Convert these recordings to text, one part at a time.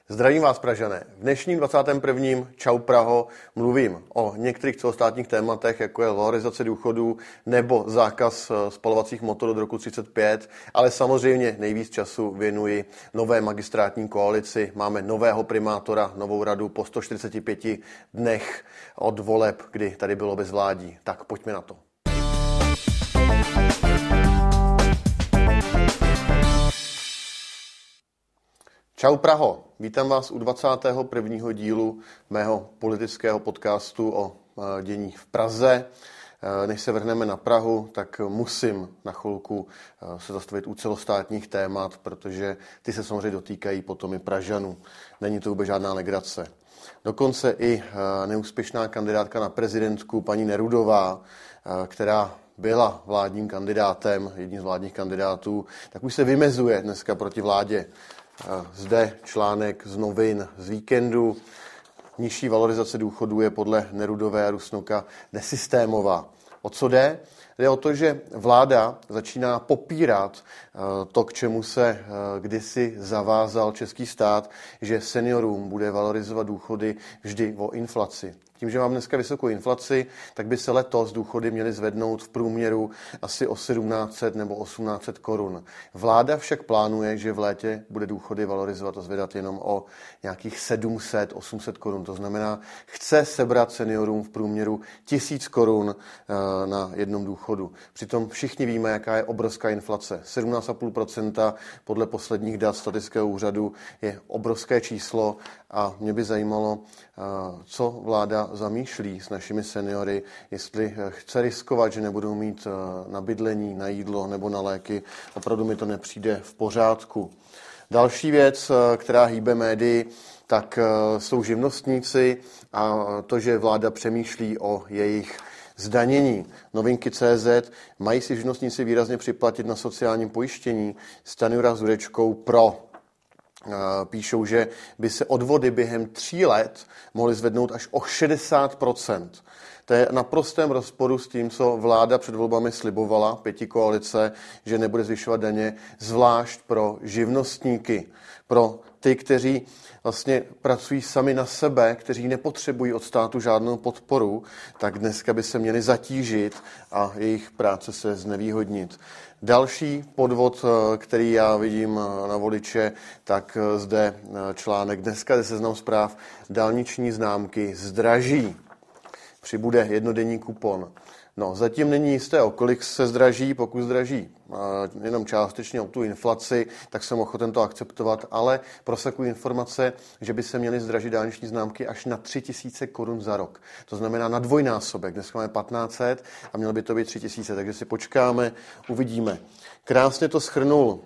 Zdravím vás, Pražané. V dnešním 21. Čau Praho mluvím o některých celostátních tématech, jako je valorizace důchodů nebo zákaz spalovacích motorů do roku 35, ale samozřejmě nejvíc času věnuji nové magistrátní koalici. Máme nového primátora, novou radu po 145 dnech od voleb, kdy tady bylo bezvládí. Tak pojďme na to. Čau Praho, vítám vás u 21. dílu mého politického podcastu o dění v Praze. Než se vrhneme na Prahu, tak musím na chvilku se zastavit u celostátních témat, protože ty se samozřejmě dotýkají potom i Pražanů. Není to vůbec žádná legrace. Dokonce i neúspěšná kandidátka na prezidentku paní Nerudová, která byla vládním kandidátem, jedním z vládních kandidátů, tak už se vymezuje dneska proti vládě. Zde článek z novin z víkendu. Nižší valorizace důchodů je podle Nerudové a Rusnoka nesystémová. O co jde? Jde o to, že vláda začíná popírat to, k čemu se kdysi zavázal český stát, že seniorům bude valorizovat důchody vždy o inflaci. Tím, že mám dneska vysokou inflaci, tak by se letos důchody měly zvednout v průměru asi o 1700 nebo 1800 korun. Vláda však plánuje, že v létě bude důchody valorizovat a zvedat jenom o nějakých 700-800 korun. To znamená, chce sebrat seniorům v průměru 1000 korun na jednom důchodu. Přitom všichni víme, jaká je obrovská inflace. 17,5% podle posledních dat statistického úřadu je obrovské číslo a mě by zajímalo, co vláda zamýšlí s našimi seniory, jestli chce riskovat, že nebudou mít na bydlení, na jídlo nebo na léky. Opravdu mi to nepřijde v pořádku. Další věc, která hýbe médii, tak jsou živnostníci a to, že vláda přemýšlí o jejich zdanění. Novinky.cz mají si živnostníci výrazně připlatit na sociálním pojištění. Stanjura s Jurečkou pro. Píšou, že by se odvody během 3 let mohly zvednout až o 60%. To je naprostém rozporu s tím, co vláda před volbami slibovala, pětikoalice, že nebude zvyšovat daně, zvlášť pro živnostníky, pro ty, kteří vlastně pracují sami na sebe, kteří nepotřebují od státu žádnou podporu, tak dneska by se měli zatížit a jejich práce se znevýhodnit. Další podvod, který já vidím na voliče, tak zde článek dneska ze Seznam Zpráv. Dálniční známky zdraží. Přibude jednodenní kupon. No, zatím není jisté, o kolik se zdraží, pokud zdraží jenom částečně o tu inflaci, tak jsem ochoten to akceptovat, ale prosekují informace, že by se měly zdražit dálniční známky až na 3000 korun za rok. To znamená na dvojnásobek. Dneska máme 1500 a mělo by to být 3000, takže si počkáme, uvidíme. Krásně to shrnul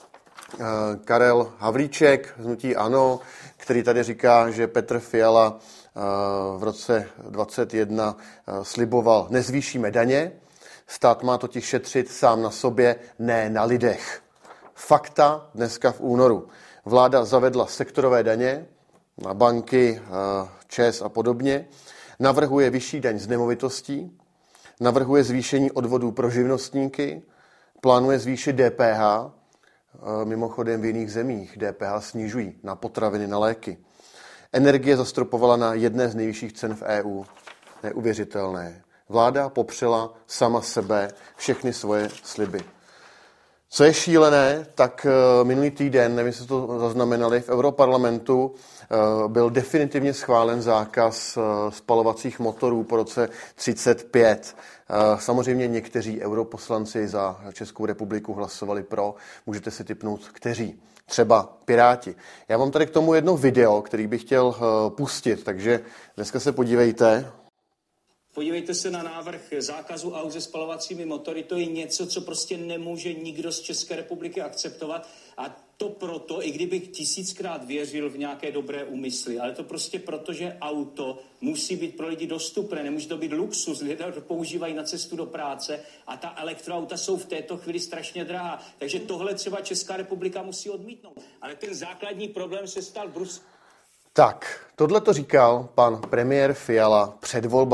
Karel Havlíček z hnutí ANO, který tady říká, že Petr Fiala v roce 2021 sliboval, nezvýšíme daně, stát má totiž šetřit sám na sobě, ne na lidech. Fakta dneska v únoru. Vláda zavedla sektorové daně na banky, ČEZ a podobně, navrhuje vyšší daň z nemovitostí, navrhuje zvýšení odvodů pro živnostníky, plánuje zvýšit DPH, mimochodem v jiných zemích DPH snižují na potraviny, na léky. Energie zastropovala na jedné z nejvyšších cen v EU. Neuvěřitelné. Vláda popřela sama sebe všechny svoje sliby. Co je šílené, tak minulý týden, nevím, jestli to zaznamenali, v Europarlamentu byl definitivně schválen zákaz spalovacích motorů po roce 35. Samozřejmě někteří europoslanci za Českou republiku hlasovali pro. Můžete si tipnout, kteří. Třeba Piráti. Já mám tady k tomu jedno video, který bych chtěl pustit, takže dneska se podívejte. Podívejte se na návrh zákazu aut se spalovacími motory. To je něco, co prostě nemůže nikdo z České republiky akceptovat. A to proto, i kdybych 1000krát věřil v nějaké dobré úmysly, ale to prostě proto, že auto musí být pro lidi dostupné, nemůže to být luxus, lidé to používají na cestu do práce a ta elektroauta jsou v této chvíli strašně drahá. Takže tohle třeba Česká republika musí odmítnout. Ale ten základní problém se stal Tak, tohle to říkal pan premiér Fiala před volbami.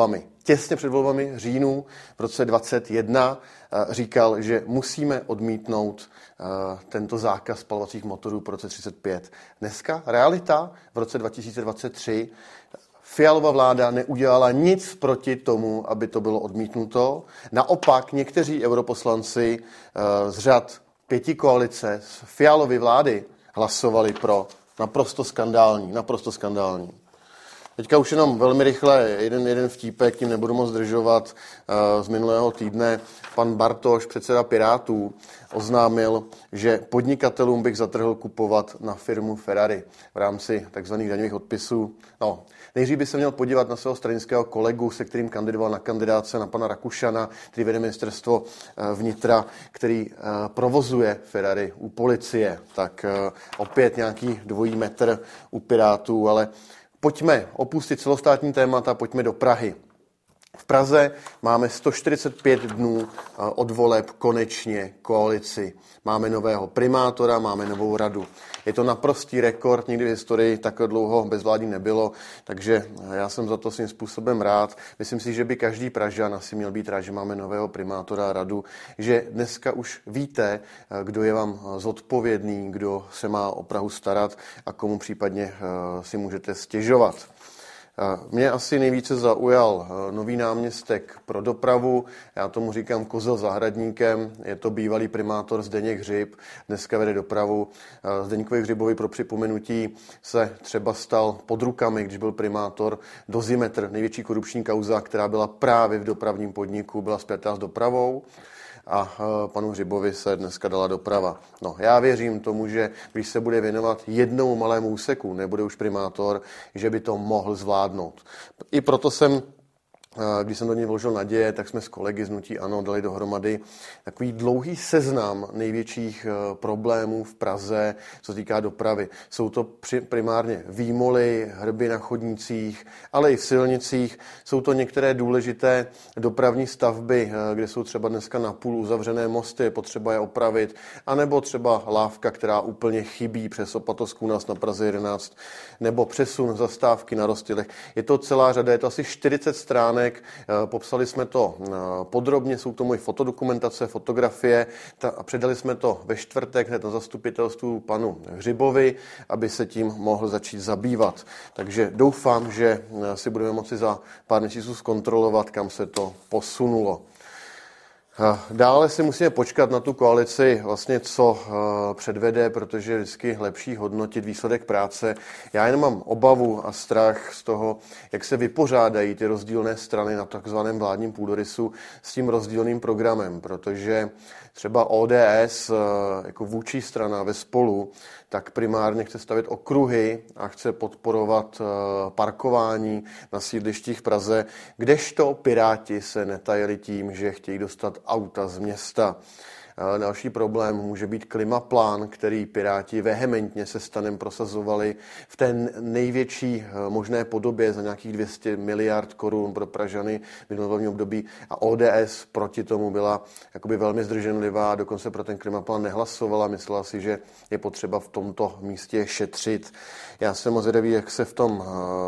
těsně před volbami říjnu v roce 2021 říkal, že musíme odmítnout tento zákaz spalovacích motorů po roce 35. Dneska realita v roce 2023. Fialova vláda neudělala nic proti tomu, aby to bylo odmítnuto. Naopak někteří europoslanci z řad pětikoalice z Fialovy vlády hlasovali pro. Naprosto skandální. Teďka už jenom velmi rychle jeden vtípek, tím nebudu moc zdržovat. Z minulého týdne pan Bartoš, předseda Pirátů, oznámil, že podnikatelům bych zatrhl kupovat na firmu Ferrari v rámci takzvaných daňových odpisů. No, nejdřív by se měl podívat na svého stranického kolegu, se kterým kandidoval na kandidáce, na pana Rakušana, který vede ministerstvo vnitra, který provozuje Ferrari u policie. Tak opět nějaký dvojí metr u Pirátů, ale pojďme opustit celostátní témata, pojďme do Prahy. V Praze máme 145 dnů od voleb konečně koalici. Máme nového primátora, máme novou radu. Je to naprostý rekord, nikdy v historii takhle dlouho bezvládí nebylo, takže já jsem za to svým způsobem rád. Myslím si, že by každý Pražan asi měl být rád, že máme nového primátora a radu, že dneska už víte, kdo je vám zodpovědný, kdo se má o Prahu starat a komu případně si můžete stěžovat. Mě asi nejvíce zaujal nový náměstek pro dopravu, já tomu říkám kozel zahradníkem, je to bývalý primátor Zdeněk Hřib, dneska vede dopravu. Zdeňkovi Hřibovi pro připomenutí se třeba stal pod rukami, když byl primátor, Dozimetr, největší korupční kauza, která byla právě v dopravním podniku, byla spjatá s dopravou. A panu Hřibovi se dneska dala doprava. No, já věřím tomu, že když se bude věnovat jednomu malému úseku, nebude už primátor, že by to mohl zvládnout. I proto jsem, když jsem do něj vložil naděje, tak jsme s kolegy z hnutí ANO dali dohromady takový dlouhý seznam největších problémů v Praze, co týká dopravy. Jsou to primárně výmoly, hrby na chodnících, ale i v silnicích. Jsou to některé důležité dopravní stavby, kde jsou třeba dneska napůl uzavřené mosty, je potřeba je opravit, anebo třeba lávka, která úplně chybí přes Opatosku u nás na Praze 11, nebo přesun zastávky na Rostylech. Je to celá řada, je to asi 40 stránek. Popsali jsme to podrobně, jsou to moje fotodokumentace, fotografie a předali jsme to ve čtvrtek hned na zastupitelstvu panu Hřibovi, aby se tím mohl začít zabývat. Takže doufám, že si budeme moci za pár měsíců zkontrolovat, kam se to posunulo. Dále si musíme počkat na tu koalici, vlastně co předvede, protože je vždycky lepší hodnotit výsledek práce. Já jen mám obavu a strach z toho, jak se vypořádají ty rozdílné strany na takzvaném vládním půdorysu s tím rozdílným programem, protože třeba ODS jako vůči strana ve Spolu, tak primárně chce stavět okruhy a chce podporovat parkování na sídlištích v Praze, kdežto Piráti se netajili tím, že chtějí dostat auta z města. Další problém může být klimaplán, který Piráti vehementně se STANem prosazovali v té největší možné podobě za nějakých 200 miliard korun pro Pražany v minulém období a ODS proti tomu byla jakoby velmi zdrženlivá, dokonce pro ten klimaplán nehlasovala, myslela si, že je potřeba v tomto místě šetřit. Já jsem moc zvědavý, jak se v tom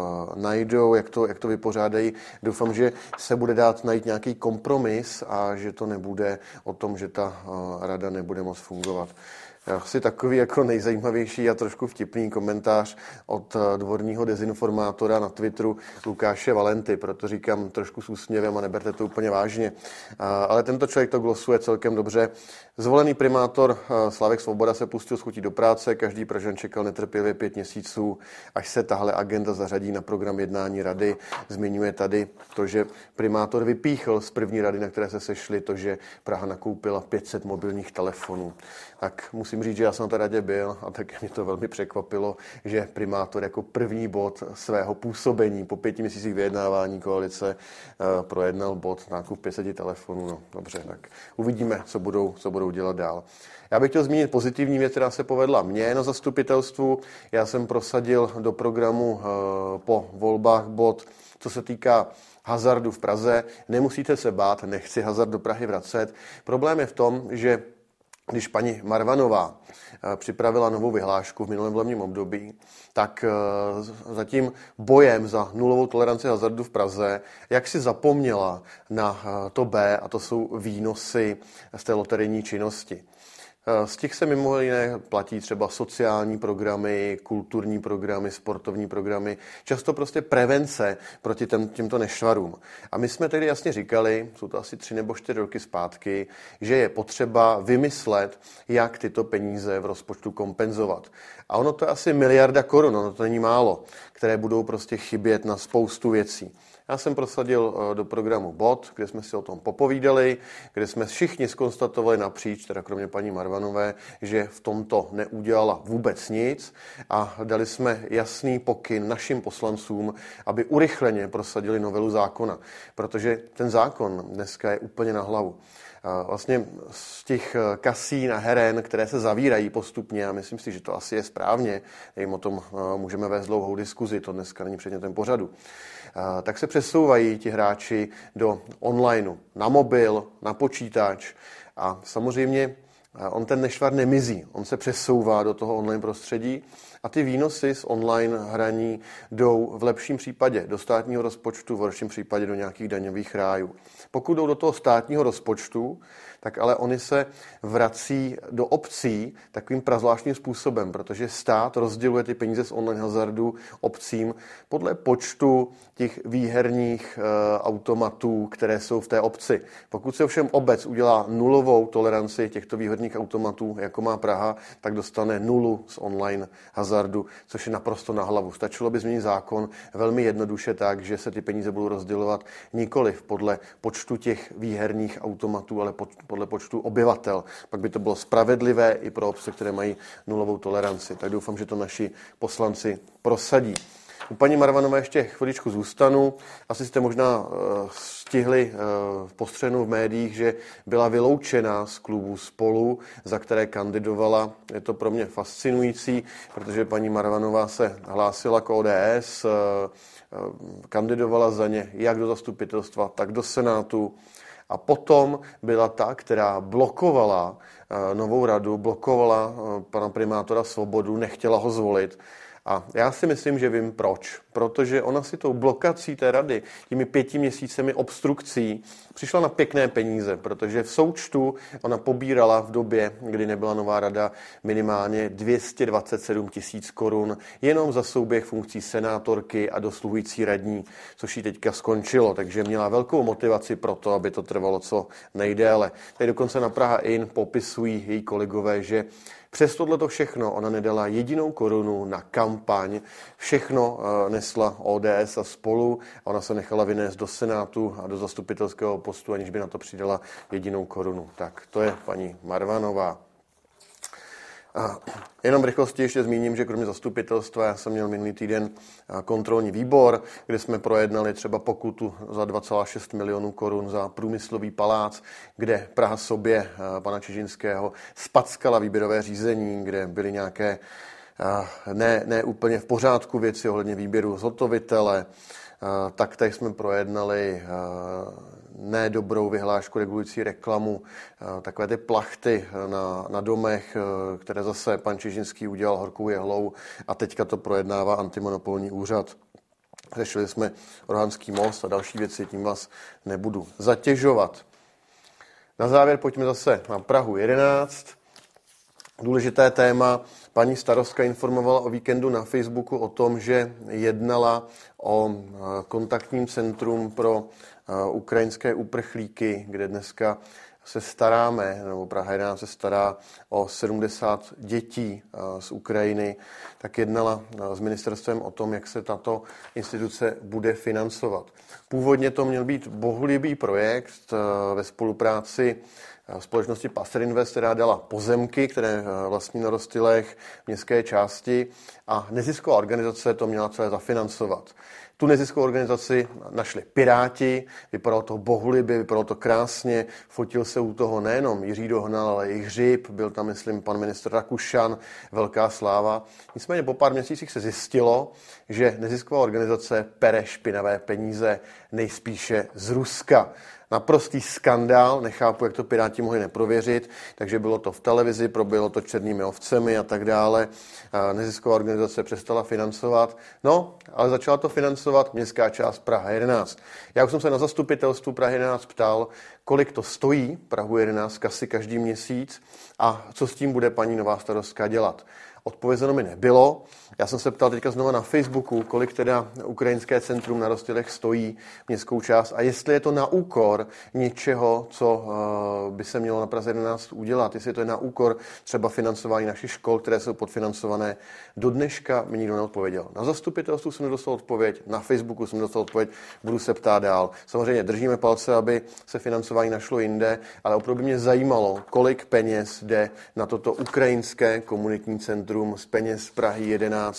najdou, jak to vypořádají. Doufám, že se bude dát najít nějaký kompromis a že to nebude o tom, že ta rada nebude moc fungovat. Asi takový jako nejzajímavější a trošku vtipný komentář od dvorního dezinformátora na Twitteru Lukáše Valenty, proto říkám trošku s úsměvem a neberte to úplně vážně. Ale tento člověk to glosuje celkem dobře. Zvolený primátor Slávek Svoboda se pustil s chutí do práce, každý Pražan čekal netrpělivě 5 měsíců, až se tahle agenda zařadí na program jednání rady. Zmiňuje tady to, že primátor vypíchl z první rady, na které se sešli, to, že Praha nakoupila 500 mobilních telefonů. Tak musím říct, že já jsem na té radě byl a také mě to velmi překvapilo, že primátor jako první bod svého působení po 5 měsících vyjednávání koalice projednal bod nákup 500 telefonů. No, dobře, tak uvidíme, co budou dělat dál. Já bych chtěl zmínit pozitivní věc, která se povedla mně na zastupitelstvu. Já jsem prosadil do programu po volbách bod, co se týká hazardu v Praze. Nemusíte se bát, nechci hazard do Prahy vracet. Problém je v tom, že když paní Marvanová připravila novou vyhlášku v minulém volebním období, tak za tím bojem za nulovou toleranci hazardu v Praze, jak si zapomněla na to B, a to jsou výnosy z té loterijní činnosti. Z těch se mimo jiné platí třeba sociální programy, kulturní programy, sportovní programy, často prostě prevence proti těmto nešvarům. A my jsme tedy jasně říkali, jsou to asi 3 nebo 4 roky zpátky, že je potřeba vymyslet, jak tyto peníze v rozpočtu kompenzovat. A ono to je asi 1 miliarda korun, ono to není málo, které budou prostě chybět na spoustu věcí. Já jsem prosadil do programu bod, kde jsme si o tom popovídali, kde jsme všichni zkonstatovali napříč, teda kromě paní Marvanové, že v tomto neudělala vůbec nic a dali jsme jasný pokyn našim poslancům, aby urychleně prosadili novelu zákona, protože ten zákon dneska je úplně na hlavu. Vlastně z těch kasín a heren, které se zavírají postupně, a myslím si, že to asi je správně, o tom můžeme vést dlouhou diskuzi, to dneska není předmětem pořadu, tak se přesouvají ti hráči do onlineu, na mobil, na počítač a samozřejmě on ten nešvar nemizí, on se přesouvá do toho online prostředí a ty výnosy z online hraní jdou v lepším případě do státního rozpočtu, v horším případě do nějakých daňových rájů. Pokud jdou do toho státního rozpočtu, tak ale oni se vrací do obcí takovým prazvláštním způsobem, protože stát rozděluje ty peníze z online hazardu obcím podle počtu těch výherních automatů, které jsou v té obci. Pokud se ovšem obec udělá nulovou toleranci těchto výherních automatů, jako má Praha, tak dostane 0 z online hazardu, což je naprosto na hlavu. Stačilo by změnit zákon velmi jednoduše tak, že se ty peníze budou rozdělovat nikoliv podle počtu těch výherních automatů, ale podle počtu obyvatel. Pak by to bylo spravedlivé i pro obce, které mají nulovou toleranci. Tak doufám, že to naši poslanci prosadí. U paní Marvanové ještě chviličku zůstanu. Asi jste možná stihli v postřenu v médiích, že byla vyloučena z klubu Spolu, za které kandidovala. Je to pro mě fascinující, protože paní Marvanová se hlásila k ODS, kandidovala za ně jak do zastupitelstva, tak do Senátu. A potom byla ta, která blokovala novou radu, blokovala pana primátora Svobodu, nechtěla ho zvolit. A já si myslím, že vím proč. Protože ona si tou blokací té rady, těmi 5 měsícemi obstrukcí, přišla na pěkné peníze, protože v součtu ona pobírala v době, kdy nebyla nová rada, minimálně 227 000 korun jenom za souběh funkcí senátorky a dosluhující radní, což jí teďka skončilo. Takže měla velkou motivaci pro to, aby to trvalo co nejdéle. Tady dokonce na Praha In popisují její kolegové, že přes tohleto všechno ona nedala jedinou korunu na kampaň, všechno nesla ODS a Spolu a ona se nechala vynést do Senátu a do zastupitelského postu, aniž by na to přidala jedinou korunu. Tak to je paní Marvanová. A jenom v rychlosti ještě zmíním, že kromě zastupitelstva já jsem měl minulý týden kontrolní výbor, kde jsme projednali třeba pokutu za 2,6 milionů korun za průmyslový palác, kde Praha sobě pana Čižinského spackala výběrové řízení, kde byly nějaké ne úplně v pořádku věci ohledně výběru zhotovitele. Taktéž jsme projednali nedobrou vyhlášku regulující reklamu, takové ty plachty na domech, které zase pan Čižinský udělal horkou jehlou a teďka to projednává antimonopolní úřad. Řešili jsme Rohanský most a další věci, tím vás nebudu zatěžovat. Na závěr pojďme zase na Prahu 11. Důležité téma. Paní starostka informovala o víkendu na Facebooku o tom, že jednala o kontaktním centrum pro ukrajinské uprchlíky, kde dneska se staráme, nebo Praha 11 se stará o 70 dětí z Ukrajiny, tak jednala s ministerstvem o tom, jak se tato instituce bude financovat. Původně to měl být bohulibý projekt ve spolupráci společnosti Pasterinvest, která dala pozemky, které vlastní na Rostylech městské části a nezisková organizace to měla celé zafinancovat. Tu neziskovou organizaci našli Piráti, vypadalo to bohulibě, vypadalo to krásně, fotil se u toho nejenom Jiří Dohnal, ale i Hřib, byl tam, myslím, pan ministr Rakušan, velká sláva. Nicméně po pár měsících se zjistilo, že nezisková organizace pere špinavé peníze nejspíše z Ruska. Naprostý skandál, nechápu, jak to Piráti mohli neprověřit, takže bylo to v televizi, proběhlo to černými ovcemi a tak dále. Nezisková organizace přestala financovat, no, ale začala to financovat městská část Praha 11. Já už jsem se na zastupitelstvu Prahy 11 ptal, kolik to stojí Prahu 11 kasy každý měsíc a co s tím bude paní nová starostka dělat. Odpovězeno mi nebylo. Já jsem se ptal teďka znova na Facebooku, kolik teda ukrajinské centrum na Rostělech stojí městskou část a jestli je to na úkor něčeho, co by se mělo na Praze 11 udělat, jestli to je na úkor třeba financování našich škol, které jsou podfinancované. Do dneška mi nikdo neodpověděl. Na zastupitelstvu jsem nedostal odpověď, na Facebooku jsem nedostal odpověď, budu se ptát dál. Samozřejmě držíme palce, aby se financování našlo jinde, ale opravdu mě zajímalo, kolik peněz jde na toto ukrajinské komunitní centrum z peněz Prahy 11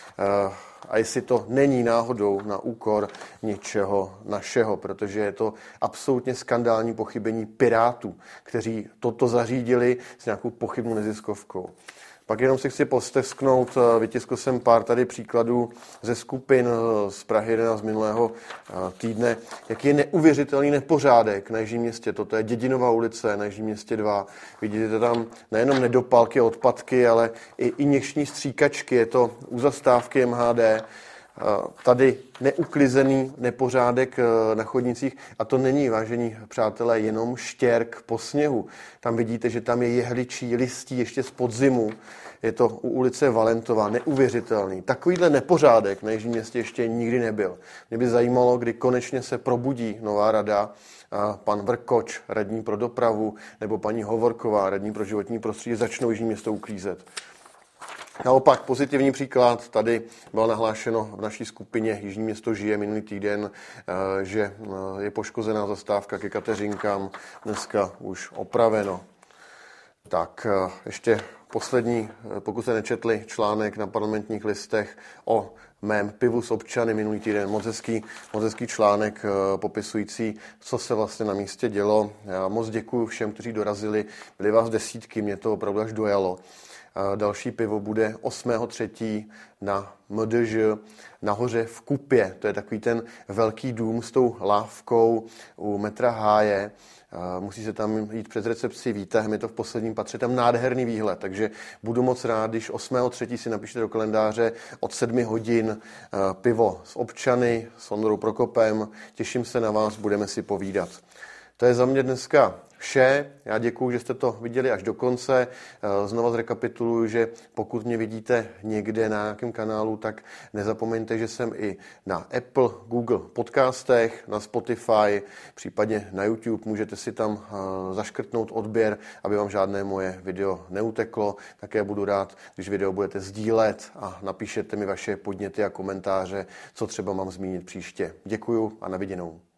a jestli to není náhodou na úkor něčeho našeho, protože je to absolutně skandální pochybení Pirátů, kteří toto zařídili s nějakou pochybnou neziskovkou. Pak jenom si chci postesknout, vytiskl jsem pár tady příkladů ze skupin z Prahy 11 z minulého týdne, jaký je neuvěřitelný nepořádek na Jižním Městě. Toto je Dědinova ulice na Jižním Městě 2. Vidíte tam nejenom nedopalky, odpadky, ale i injekční stříkačky. Je to u zastávky MHD. Tady neuklizený nepořádek na chodnicích a to není, vážení přátelé, jenom štěrk po sněhu. Tam vidíte, že tam je jehličí listí ještě z podzimu. Je to u ulice Valentova, neuvěřitelný. Takovýhle nepořádek na Jižním Městě ještě nikdy nebyl. Mě by zajímalo, kdy konečně se probudí nová rada, pan Vrkoč, radní pro dopravu, nebo paní Hovorková, radní pro životní prostředí, začnou Jižní Město uklízet. Naopak pozitivní příklad, tady bylo nahlášeno v naší skupině Jižní Město žije minulý týden, že je poškozená zastávka ke Kateřinkám, dneska už opraveno. Tak ještě poslední, pokud se nečetli, článek na Parlamentních listech o mém pivu s občany minulý týden. Moc hezký článek popisující, co se vlastně na místě dělo. Já moc děkuji všem, kteří dorazili, byli vás desítky, mě to opravdu až dojalo. Další pivo bude 8.3. na MDŽ nahoře v Kupě. To je takový ten velký dům s tou lávkou u metra Háje. Musí se tam jít přes recepci výtahem, je to v posledním patře, tam nádherný výhled, takže budu moc rád, když 8.3. si napíšete do kalendáře od 7 hodin pivo s občany, s Ondrou Prokopem. Těším se na vás, budeme si povídat. To je za mě dneska vše. Já děkuju, že jste to viděli až do konce. Znova zrekapituluju, že pokud mě vidíte někde na nějakém kanálu, tak nezapomeňte, že jsem i na Apple, Google podcastech, na Spotify, případně na YouTube. Můžete si tam zaškrtnout odběr, aby vám žádné moje video neuteklo. Také budu rád, když video budete sdílet a napíšete mi vaše podněty a komentáře, co třeba mám zmínit příště. Děkuju a na viděnou.